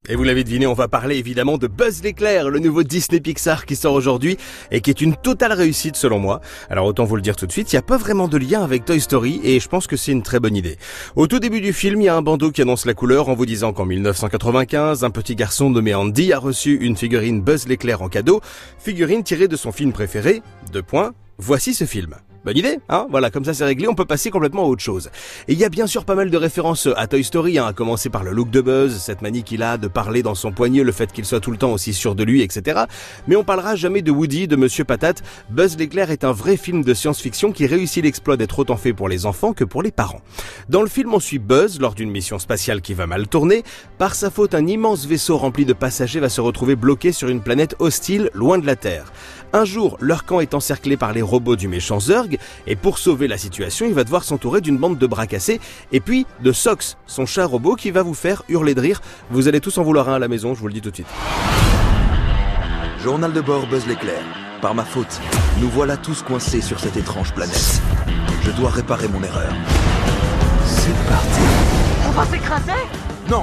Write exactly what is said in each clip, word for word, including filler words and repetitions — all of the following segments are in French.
Et vous l'avez deviné, on va parler évidemment de Buzz l'éclair, le nouveau Disney Pixar qui sort aujourd'hui et qui est une totale réussite selon moi. Alors autant vous le dire tout de suite, il n'y a pas vraiment de lien avec Toy Story et je pense que c'est une très bonne idée. Au tout début du film, il y a un bandeau qui annonce la couleur en vous disant qu'en mille neuf cent quatre-vingt-quinze, un petit garçon nommé Andy a reçu une figurine Buzz l'éclair en cadeau, figurine tirée de son film préféré, deux points, voici ce film. Bonne idée, hein? Voilà, comme ça c'est réglé, on peut passer complètement à autre chose. Et il y a bien sûr pas mal de références à Toy Story, hein, à commencer par le look de Buzz, cette manie qu'il a de parler dans son poignet, le fait qu'il soit tout le temps aussi sûr de lui, et cetera. Mais on parlera jamais de Woody, de Monsieur Patate. Buzz l'éclair est un vrai film de science-fiction qui réussit l'exploit d'être autant fait pour les enfants que pour les parents. Dans le film, on suit Buzz lors d'une mission spatiale qui va mal tourner. Par sa faute, un immense vaisseau rempli de passagers va se retrouver bloqué sur une planète hostile, loin de la Terre. Un jour, leur camp est encerclé par les robots du méchant Zurg, et pour sauver la situation, il va devoir s'entourer d'une bande de bras cassés, et puis de Sox, son chat robot qui va vous faire hurler de rire. Vous allez tous en vouloir un à la maison, je vous le dis tout de suite. Journal de bord Buzz l'éclair. Par ma faute, nous voilà tous coincés sur cette étrange planète. Je dois réparer mon erreur. C'est parti. On va s'écraser? Non.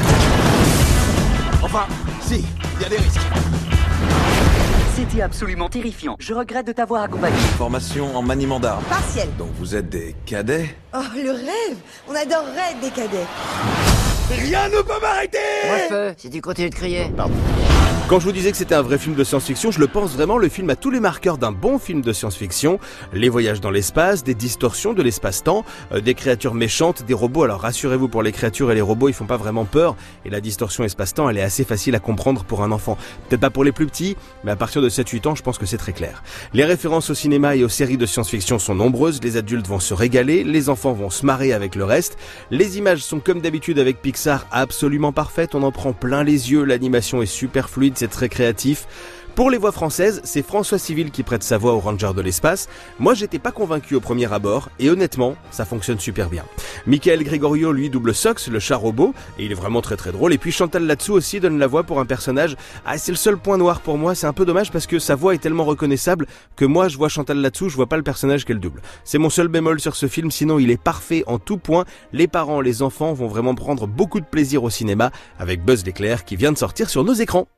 Enfin, si, il y a des risques. C'était absolument terrifiant. Je regrette de t'avoir accompagné. Formation en maniement d'armes. Partiel. Donc vous êtes des cadets? Oh, le rêve! On adorerait être des cadets. Rien ne peut m'arrêter! Moi, feu, si tu continues de crier. Pardon. Quand je vous disais que c'était un vrai film de science-fiction, je le pense vraiment, le film a tous les marqueurs d'un bon film de science-fiction. Les voyages dans l'espace, des distorsions de l'espace-temps, euh, des créatures méchantes, des robots. Alors rassurez-vous, pour les créatures et les robots, ils font pas vraiment peur. Et la distorsion espace-temps, elle est assez facile à comprendre pour un enfant. Peut-être pas pour les plus petits, mais à partir de sept huit ans, je pense que c'est très clair. Les références au cinéma et aux séries de science-fiction sont nombreuses. Les adultes vont se régaler, les enfants vont se marrer avec le reste. Les images sont comme d'habitude avec Pixar absolument parfaites. On en prend plein les yeux, l'animation est super fluide. C'est très créatif. Pour les voix françaises, c'est François Civil qui prête sa voix au Ranger de l'espace. Moi, j'étais pas convaincu au premier abord, et honnêtement, ça fonctionne super bien. Michael Gregorio, lui, double Sox, le chat robot, et il est vraiment très très drôle. Et puis Chantal Latsou aussi donne la voix pour un personnage. Ah, c'est le seul point noir pour moi, c'est un peu dommage parce que sa voix est tellement reconnaissable que moi, je vois Chantal Latsou, je vois pas le personnage qu'elle double. C'est mon seul bémol sur ce film, sinon il est parfait en tout point. Les parents, les enfants vont vraiment prendre beaucoup de plaisir au cinéma avec Buzz l'éclair qui vient de sortir sur nos écrans.